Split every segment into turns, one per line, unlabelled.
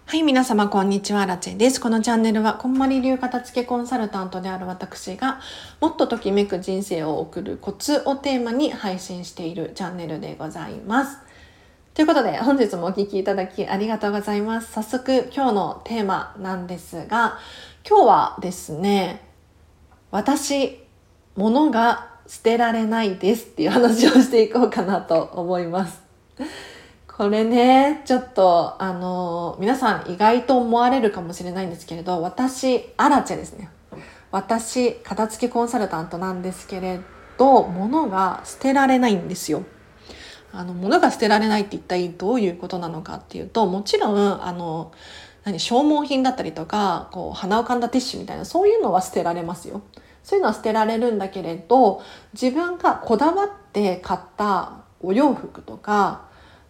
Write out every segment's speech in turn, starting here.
はい、皆様こんにちは、ラチェです。このチャンネルはこんまり流片付けコンサルタントである私がもっとときめく人生を送るコツをテーマに配信しているチャンネルでございます。ということで本日もお聞きいただきありがとうございます。早速今日のテーマなんですが、今日はですね、私、物が捨てられないですっていう話をしていこうかなと思います。これね、ちょっと皆さん意外と思われるかもしれないんですけれど、私アラチェですね。私片付けコンサルタントなんですけれど、物が捨てられないんですよ。物が捨てられないって一体どういうことなのかっていうと、もちろん消耗品だったりとか、鼻をかんだティッシュみたいな、そういうのは捨てられますよ。そういうのは捨てられるんだけれど、自分がこだわって買ったお洋服とか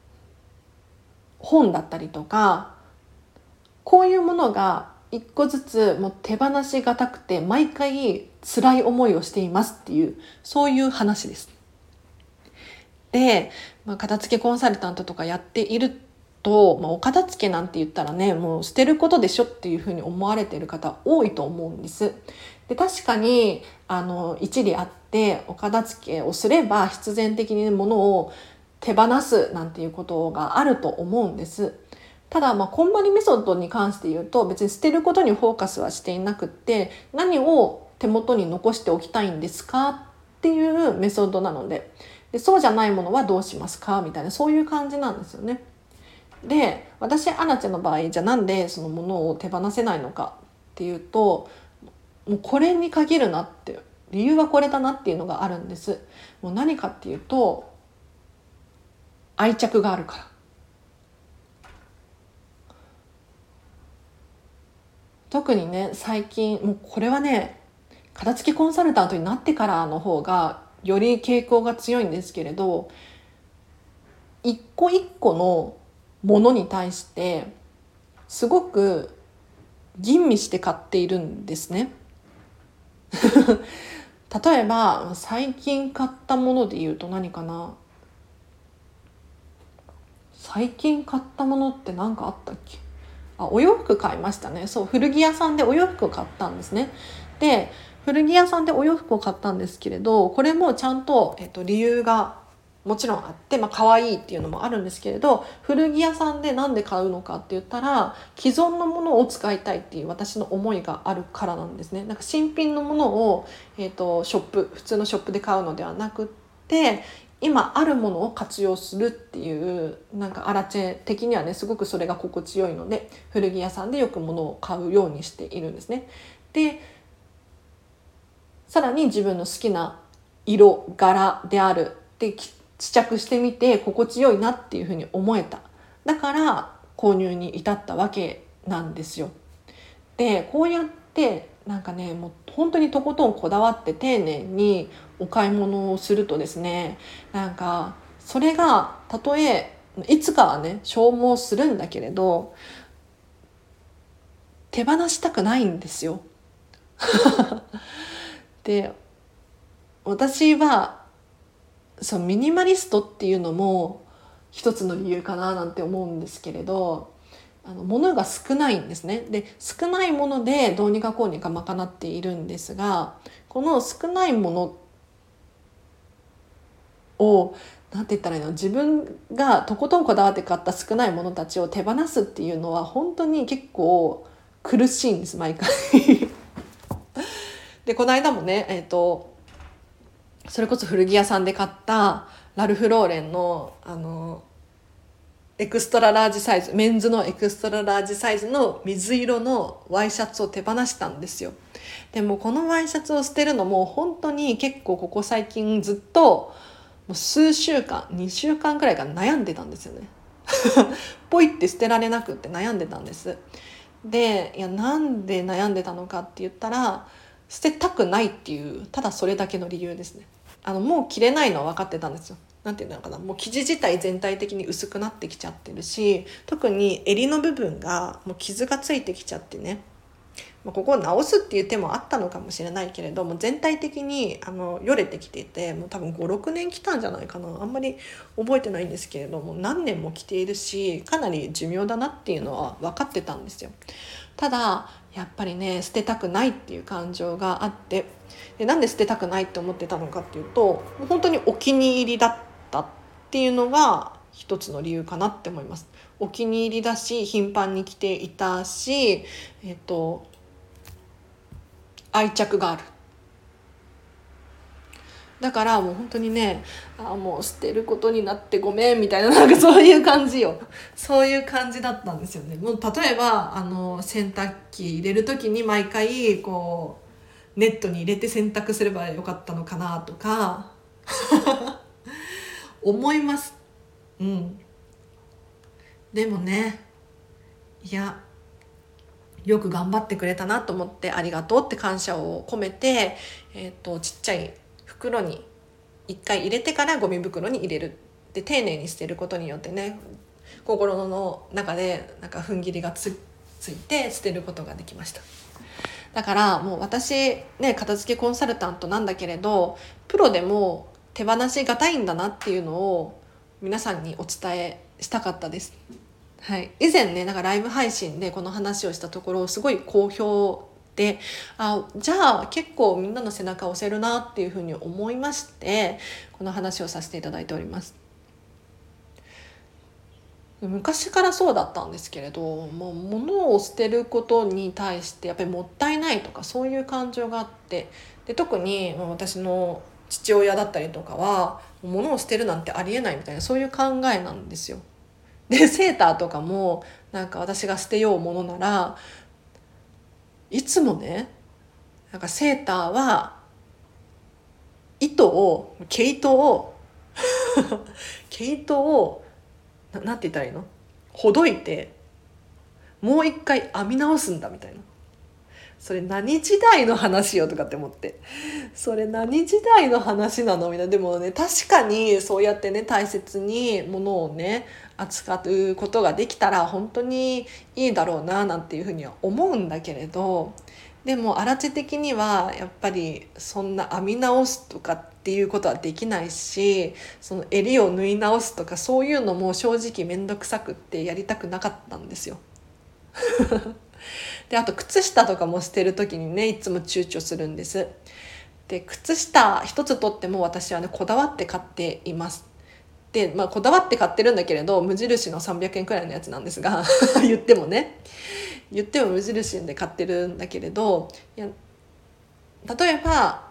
本だったりとか、こういうものが一個ずつもう手放しがたくて毎回辛い思いをしていますっていう、そういう話です。で、片付けコンサルタントとかやっていると、お片付けなんて言ったらね、もう捨てることでしょっていうふうに思われている方多いと思うんです。で、確かに一理あって、お片付けをすれば必然的に物を手放すなんていうことがあると思うんです。ただこんまりメソッドに関して言うと、別に捨てることにフォーカスはしていなくって、何を手元に残しておきたいんですかっていうメソッドなので、そうじゃないものはどうしますかみたいな、そういう感じなんですよね。で、私アナチェの場合、じゃあなんでそのものを手放せないのかっていうと、もうこれに限るなって、理由はこれだなっていうのがあるんです。もう何かっていうと、愛着があるから。特にね、最近もうこれはね、片付けコンサルタントになってからの方がより傾向が強いんですけれど、一個一個のものに対してすごく吟味して買っているんですね。例えば最近買ったもので言うと何かな。最近買ったものって何かあったっけ。お洋服買いましたね。そう、古着屋さんでお洋服を買ったんですね。で、古着屋さんでお洋服を買ったんですけれど、これもちゃんと、理由がもちろんあって、可愛いっていうのもあるんですけれど、古着屋さんでなんで買うのかって言ったら、既存のものを使いたいっていう私の思いがあるからなんですね。なんか新品のものを、普通のショップで買うのではなくって、今あるものを活用するっていう、なんかアラチェ的にはね、すごくそれが心地よいので、古着屋さんでよく物を買うようにしているんですね。で、さらに自分の好きな色柄であるで、試着してみて心地よいなっていうふうに思えた。だから購入に至ったわけなんですよ。で、こうやってなんかね、もう本当にとことんこだわって丁寧にお買い物をするとですね、なんかそれがたとえいつかはね消耗するんだけれど、手放したくないんですよ。で、私はミニマリストっていうのも一つの理由かななんて思うんですけれど、物が少ないんですね。で、少ないものでどうにかこうにか賄っているんですが、この少ないものをなんて言ったらいいの、自分がとことんこだわって買った少ないものたちを手放すっていうのは本当に結構苦しいんです、毎回。で、この間もね、それこそ古着屋さんで買ったラルフローレンのエクストララージサイズ、メンズのエクストララージサイズの水色のワイシャツを手放したんですよ。でもこのワイシャツを捨てるのも本当に結構ここ最近ずっともう数週間、2週間くらいから悩んでたんですよね。ポイって捨てられなくって悩んでたんです。で、なんで悩んでたのかって言ったら、捨てたくないっていう、ただそれだけの理由ですね。もう着れないのは分かってたんですよ。なんていうのかな、もう生地自体全体的に薄くなってきちゃってるし、特に襟の部分がもう傷がついてきちゃってね、 ここを直すっていう手もあったのかもしれないけれども、全体的によれてきていて、もう多分5、6年来たんじゃないかな、あんまり覚えてないんですけれども、何年も来ているし、かなり寿命だなっていうのは分かってたんですよ。ただやっぱりね、捨てたくないっていう感情があって、でなんで捨てたくないって思ってたのかっていうと、もう本当にお気に入りだったっていうのが一つの理由かなって思います。お気に入りだし、頻繁に着ていたし、愛着がある。だからもう本当にね、もう捨てることになってごめんみたいな、なんかそういう感じよ。そういう感じだったんですよね。もう例えば洗濯機入れる時に毎回こうネットに入れて洗濯すればよかったのかなとか思います。うん。でもね、いや、よく頑張ってくれたなと思って、ありがとうって感謝を込めて、ちっちゃい袋に一回入れてからゴミ袋に入れる。で丁寧に捨てることによってね、心の中でなんか踏ん切りがついて捨てることができました。だからもう私ね、片付けコンサルタントなんだけれど、プロでも手放しがたいんだなっていうのを皆さんにお伝えしたかったです。はい、以前ね、なんかライブ配信でこの話をしたところ、すごい好評で、じゃあ結構みんなの背中を押せるなっていうふうに思いまして、この話をさせていただいております。昔からそうだったんですけれど、もう物を捨てることに対してやっぱりもったいないとか、そういう感情があって、で特に私の父親だったりとかは、物を捨てるなんてありえないみたいな、そういう考えなんですよ。でセーターとかもなんか私が捨てようものなら、いつもね、なんかセーターは毛糸を毛糸をなんて言ったらいいの、ほどいてもう一回編み直すんだみたいな。それ何時代の話よとかって思って、それ何時代の話なのみたいな。でもね、確かにそうやってね、大切に物をね扱うことができたら本当にいいだろうななんていうふうには思うんだけれど、でも荒地的にはやっぱりそんな編み直すとかっていうことはできないし、その襟を縫い直すとかそういうのも正直面倒くさくってやりたくなかったんですよ。であと靴下とかも捨てる時にね、いつも躊躇するんです。で靴下一つとっても私はね、こだわって買っています。でこだわって買ってるんだけれど、無印の300円くらいのやつなんですが言っても無印で買ってるんだけれど、いや例えば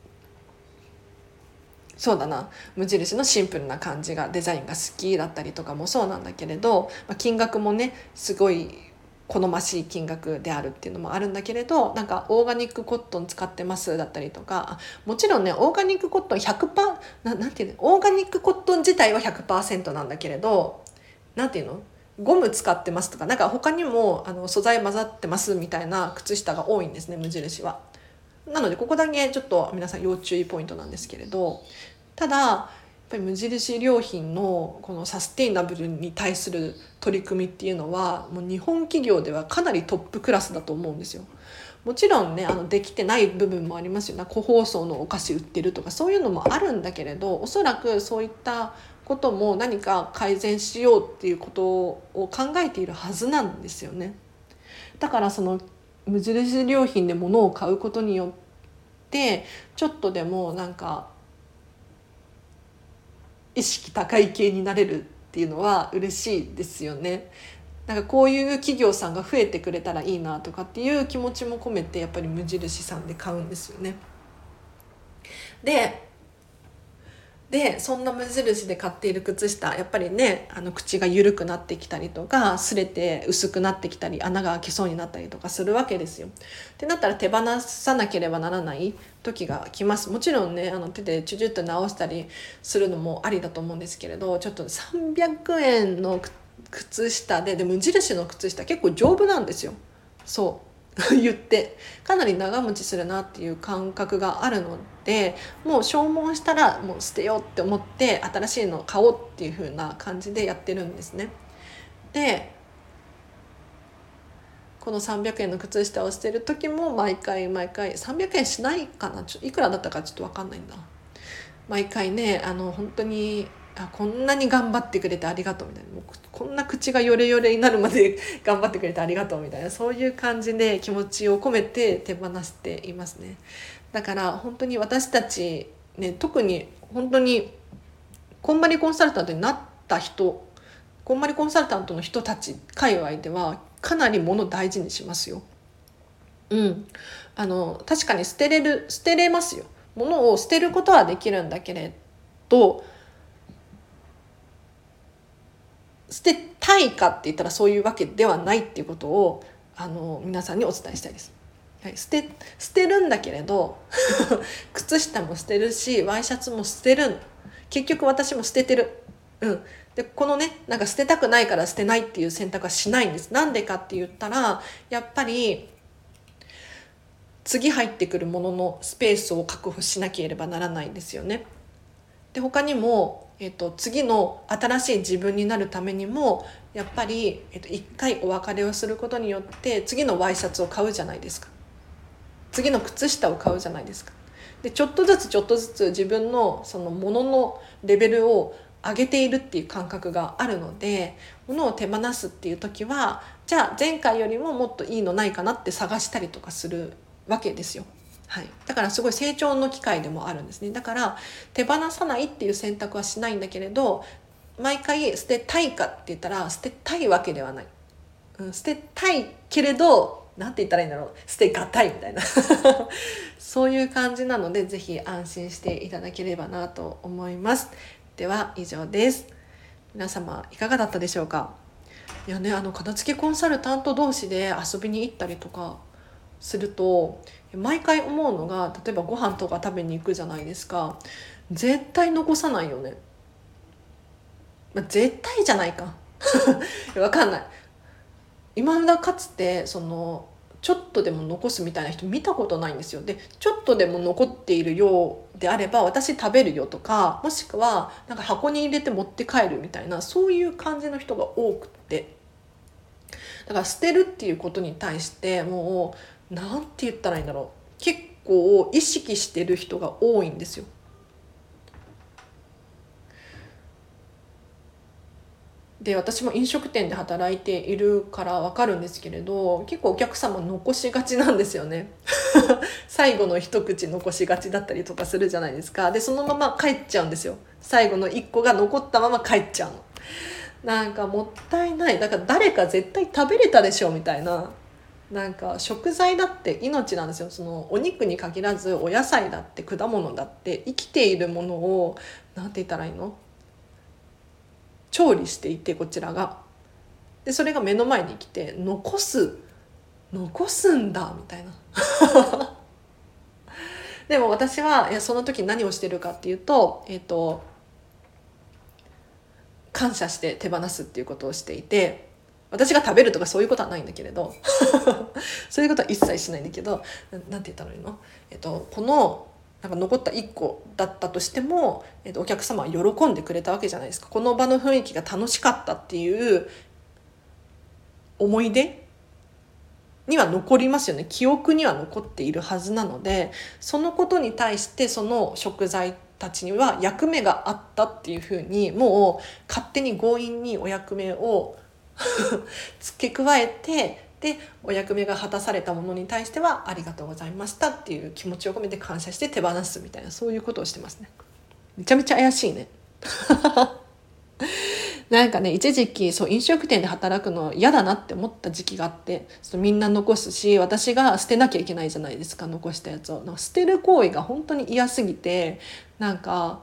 そうだな、無印のシンプルな感じが、デザインが好きだったりとかもそうなんだけれど、金額もねすごい好ましい金額であるっていうのもあるんだけれど、なんかオーガニックコットン使ってますだったりとか、もちろんねオーガニックコットン100%なんていうの、オーガニックコットン自体は 100% なんだけれど、なんていうの、ゴム使ってますとか、なんか他にも素材混ざってますみたいな靴下が多いんですね、無印は。なのでここだけちょっと皆さん要注意ポイントなんですけれど、ただやっぱり無印良品のこのサステイナブルに対する取り組みっていうのは、もう日本企業ではかなりトップクラスだと思うんですよ。もちろんねできてない部分もありますよね。個包装のお菓子売ってるとかそういうのもあるんだけれど、おそらくそういったことも何か改善しようっていうことを考えているはずなんですよね。だからその無印良品で物を買うことによってちょっとでもなんか意識高い系になれるっていうのは嬉しいですよね。なんかこういう企業さんが増えてくれたらいいなとかっていう気持ちも込めてやっぱり無印さんで買うんですよね。でそんな無印で買っている靴下、やっぱりね口が緩くなってきたりとか、擦れて薄くなってきたり、穴が開きそうになったりとかするわけですよ。ってなったら手放さなければならない時が来ます。もちろんね手でチュチュッと直したりするのもありだと思うんですけれど、ちょっと300円の靴下で無印の靴下結構丈夫なんですよ。そう言ってかなり長持ちするなっていう感覚があるので、もう消耗したらもう捨てようって思って新しいのを買おうっていう風な感じでやってるんですね。でこの300円の靴下を捨てる時も毎回300円しないかな、いくらだったかちょっと分かんないんだ。毎回ね本当にこんなに頑張ってくれてありがとうみたいな、もうこんな口がヨレヨレになるまで頑張ってくれてありがとうみたいな、そういう感じで気持ちを込めて手放していますね。だから本当に私たちね、特に本当にこんまりコンサルタントになった人、こんまりコンサルタントの人たち界隈ではかなり物大事にしますよ。確かに捨てれますよ。物を捨てることはできるんだけれど、捨てたいかって言ったらそういうわけではないっていうことを皆さんにお伝えしたいです。はい、捨てるんだけれど靴下も捨てるしワイシャツも捨てる、結局私も捨ててる。でこのね、なんか捨てたくないから捨てないっていう選択はしないんです。なんでかって言ったら、やっぱり次入ってくるもののスペースを確保しなければならないんですよね。で他にも、次の新しい自分になるためにもやっぱり、一回お別れをすることによって次のワイシャツを買うじゃないですか。次の靴下を買うじゃないですか。でちょっとずつ自分のそのもののレベルを上げているっていう感覚があるので、物を手放すっていう時はじゃあ前回よりももっといいのないかなって探したりとかするわけですよ。はい、だからすごい成長の機会でもあるんですね。だから手放さないっていう選択はしないんだけれど、毎回捨てたいかって言ったら捨てたいわけではない、捨てたいけれどなんて言ったらいいんだろう、捨てがたいみたいなそういう感じなので、ぜひ安心していただければなと思います。では以上です。皆様いかがだったでしょうか。いやね、片付けコンサルタント同士で遊びに行ったりとかすると毎回思うのが、例えばご飯とか食べに行くじゃないですか。絶対残さないよね。絶対じゃないかわかんない。今だかつてちょっとでも残すみたいな人見たことないんですよ。でちょっとでも残っているようであれば私食べるよとか、もしくはなんか箱に入れて持って帰るみたいな、そういう感じの人が多くて、だから捨てるっていうことに対してもうなんて言ったらいいんだろう、結構意識してる人が多いんですよ。で私も飲食店で働いているから分かるんですけれど、結構お客様残しがちなんですよね最後の一口残しがちだったりとかするじゃないですか。でそのまま帰っちゃうんですよ。最後の一個が残ったまま帰っちゃうの。なんかもったいない。だから誰か絶対食べれたでしょみたいな。なんか食材だって命なんですよ。そのお肉に限らずお野菜だって果物だって生きているものをなんて言ったらいいの、調理していて、こちらがでそれが目の前に来て残すんだみたいなでも私はいやその時何をしてるかっていうと、感謝して手放すっていうことをしていて、私が食べるとかそういうことはないんだけれどそういうことは一切しないんだけど、なんて言ったらいいの、このなんか残った1個だったとしても、お客様は喜んでくれたわけじゃないですか。この場の雰囲気が楽しかったっていう思い出には残りますよね。記憶には残っているはずなので、そのことに対してその食材たちには役目があったっていうふうに、もう勝手に強引にお役目を付け加えて、でお役目が果たされたものに対してはありがとうございましたっていう気持ちを込めて感謝して手放すみたいな、そういうことをしてますね。めちゃめちゃ怪しいねなんかね、一時期そう飲食店で働くの嫌だなって思った時期があって、みんな残すし私が捨てなきゃいけないじゃないですか、残したやつを。なんか捨てる行為が本当に嫌すぎて、なんか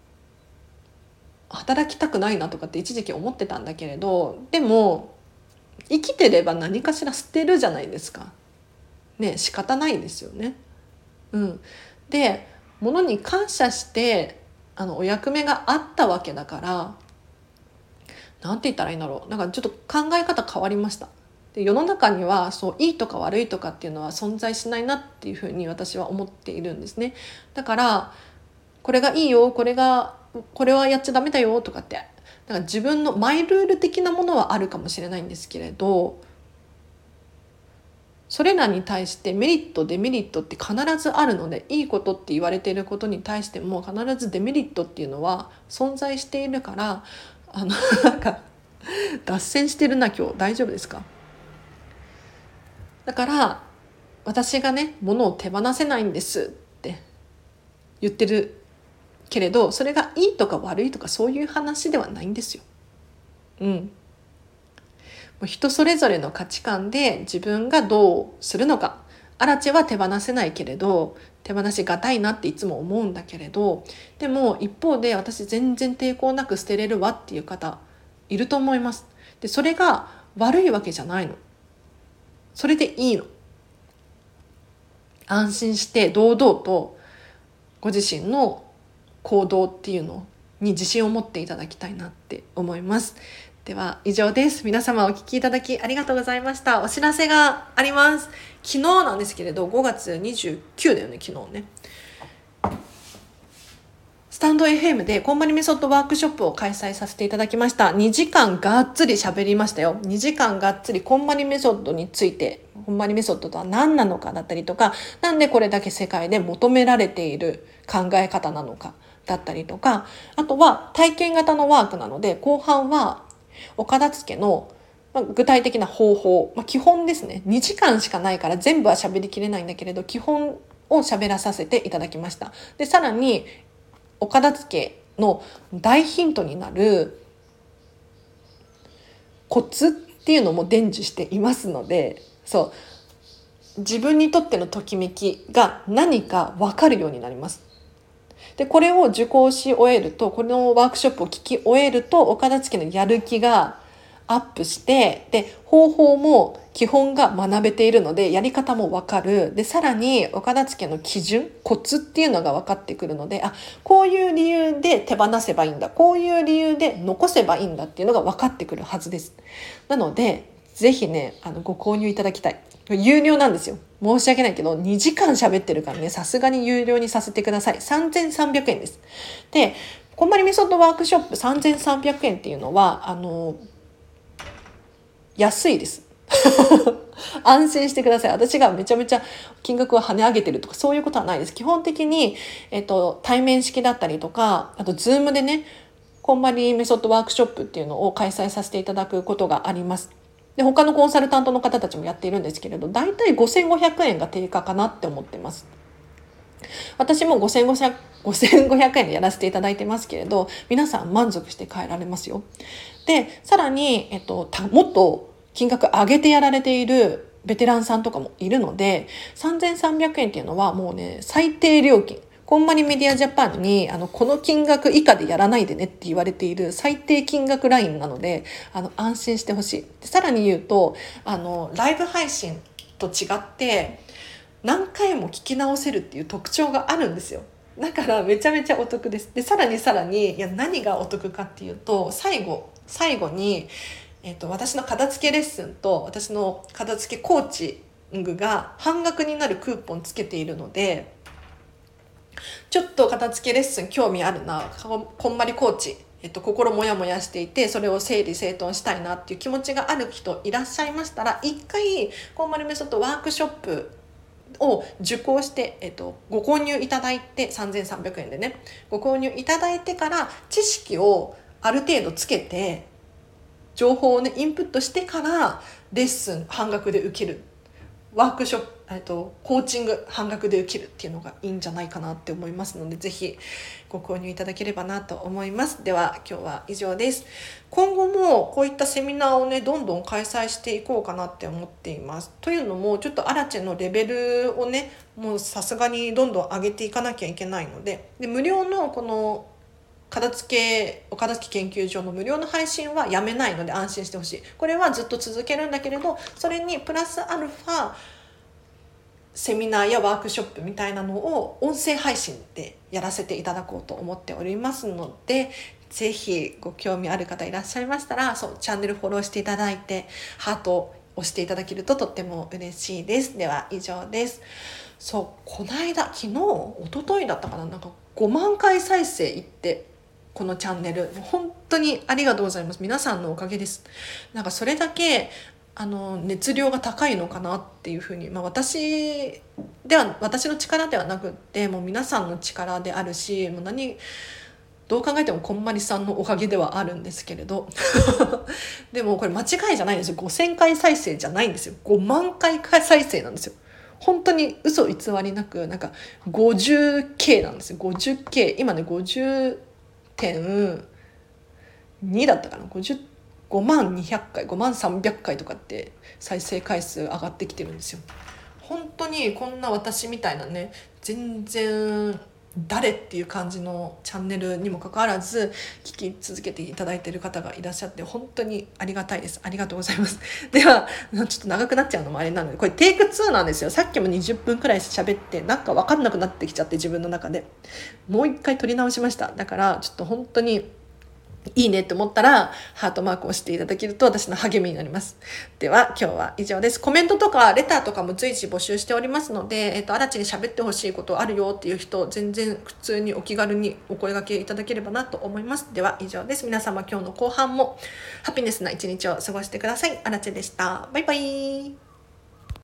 働きたくないなとかって一時期思ってたんだけれど、でも生きてれば何かしら捨てるじゃないですかね。仕方ないですよね。で物に感謝してお役目があったわけだから、なんて言ったらいいんだろう、なんかちょっと考え方変わりました。で世の中にはそういいとか悪いとかっていうのは存在しないなっていうふうに私は思っているんですね。だからこれがいいよ、これはやっちゃダメだよとかって、なんか自分のマイルール的なものはあるかもしれないんですけれど、 それらに対してメリットデメリットって必ずあるので、いいことって言われていることに対しても必ずデメリットっていうのは存在しているから、なんか脱線してるな今日、大丈夫ですか？だから私がね、物を手放せないんですって言ってるけれど、それがいいとか悪いとかそういう話ではないんですよ。人それぞれの価値観で自分がどうするのか。アラチェは手放せないけれど、手放しがたいなっていつも思うんだけれど、でも一方で私全然抵抗なく捨てれるわっていう方いると思います。でそれが悪いわけじゃないの。それでいいの。安心して堂々とご自身の行動っていうのに自信を持っていただきたいなって思います。では以上です。皆様お聞きいただきありがとうございました。お知らせがあります。昨日なんですけれど、5月29だよね、昨日ね。スタンド FM でこんまりメソッドワークショップを開催させていただきました。2時間がっつり喋りましたよ。2時間がっつりこんまりメソッドについて、こんまりメソッドとは何なのかだったりとか、なんでこれだけ世界で求められている考え方なのかだったりとか、あとは体験型のワークなので、後半はお片付けの具体的な方法、基本ですね。2時間しかないから全部は喋りきれないんだけれど、基本を喋らさせていただきました。で、さらにお片付けの大ヒントになるコツっていうのも伝授していますので、自分にとってのときめきが何か分かるようになります。でこれを受講し終えると、このワークショップを聞き終えると、お片付けのやる気がアップして、で方法も基本が学べているので、やり方も分かる。でさらにお片付けの基準、コツっていうのが分かってくるので、こういう理由で手放せばいいんだ、こういう理由で残せばいいんだっていうのが分かってくるはずです。なのでぜひね、ご購入いただきたい。有料なんですよ。申し訳ないけど2時間喋ってるからね、さすがに有料にさせてください。3300円です。でこんまりメソッドワークショップ3300円っていうのは安いです安心してください。私がめちゃめちゃ金額を跳ね上げてるとかそういうことはないです。基本的に、対面式だったりとか、あとズームでね、こんまりメソッドワークショップっていうのを開催させていただくことがあります。で他のコンサルタントの方たちもやっているんですけれど、だいたい5500円が定価かなって思ってます。私も5500円でやらせていただいてますけれど、皆さん満足して帰られますよ。でさらに、もっと金額上げてやられているベテランさんとかもいるので、3300円っていうのはもうね、最低料金。こんまりメディアジャパンにこの金額以下でやらないでねって言われている最低金額ラインなので、安心してほしい。さらに言うとライブ配信と違って何回も聞き直せるっていう特徴があるんですよ。だからめちゃめちゃお得です。でさらに何がお得かっていうと、最後に、私の片付けレッスンと私の片付けコーチングが半額になるクーポンつけているので、ちょっと片付けレッスン興味あるな、こんまりコーチ、心もやもやしていてそれを整理整頓したいなっていう気持ちがある人いらっしゃいましたら、一回こんまりメソッドワークショップを受講して、ご購入いただいて、3300円でねご購入いただいてから知識をある程度つけて、情報をねインプットしてからレッスン半額で受ける、ワークショップコーチング半額で受けるっていうのがいいんじゃないかなって思いますので、ぜひご購入いただければなと思います。では今日は以上です。今後もこういったセミナーをねどんどん開催していこうかなって思っています。というのもちょっとアラチェのレベルをねもうさすがにどんどん上げていかなきゃいけないので、無料のこのお片付け研究所の無料の配信はやめないので安心してほしい。これはずっと続けるんだけれど、それにプラスアルファセミナーやワークショップみたいなのを音声配信でやらせていただこうと思っておりますので、ぜひご興味ある方いらっしゃいましたらチャンネルフォローしていただいてハートを押していただけるととっても嬉しいです。では以上です。この間昨日一昨日だったかな、5万回再生いって、このチャンネル本当にありがとうございます。皆さんのおかげです。それだけ熱量が高いのかなっていうふうに、私の力ではなくって、もう皆さんの力であるし、もうどう考えてもこんまりさんのおかげではあるんですけれどでもこれ間違いじゃないんですよ。5000回再生じゃないんですよ。5万回再生なんですよ。本当に嘘偽りなく、なんか 50K なんですよ。 50K 今ね、50.2だったかな。5万200回5万300回とかって再生回数上がってきてるんですよ。本当にこんな私みたいなね、全然誰っていう感じのチャンネルにもかかわらず聞き続けていただいている方がいらっしゃって、本当にありがたいです。ありがとうございます。ではちょっと長くなっちゃうのもあれなので、これテイク2なんですよ。さっきも20分くらい喋ってなんか分かんなくなってきちゃって、自分の中でもう一回撮り直しました。だからちょっと本当にいいねって思ったらハートマークを押していただけると私の励みになります。では今日は以上です。コメントとかレターとかも随時募集しておりますので、あらちに喋ってほしいことあるよっていう人、全然普通にお気軽にお声掛けいただければなと思います。では以上です。皆様今日の後半もハピネスな一日を過ごしてください。あらちでした。バイバイ。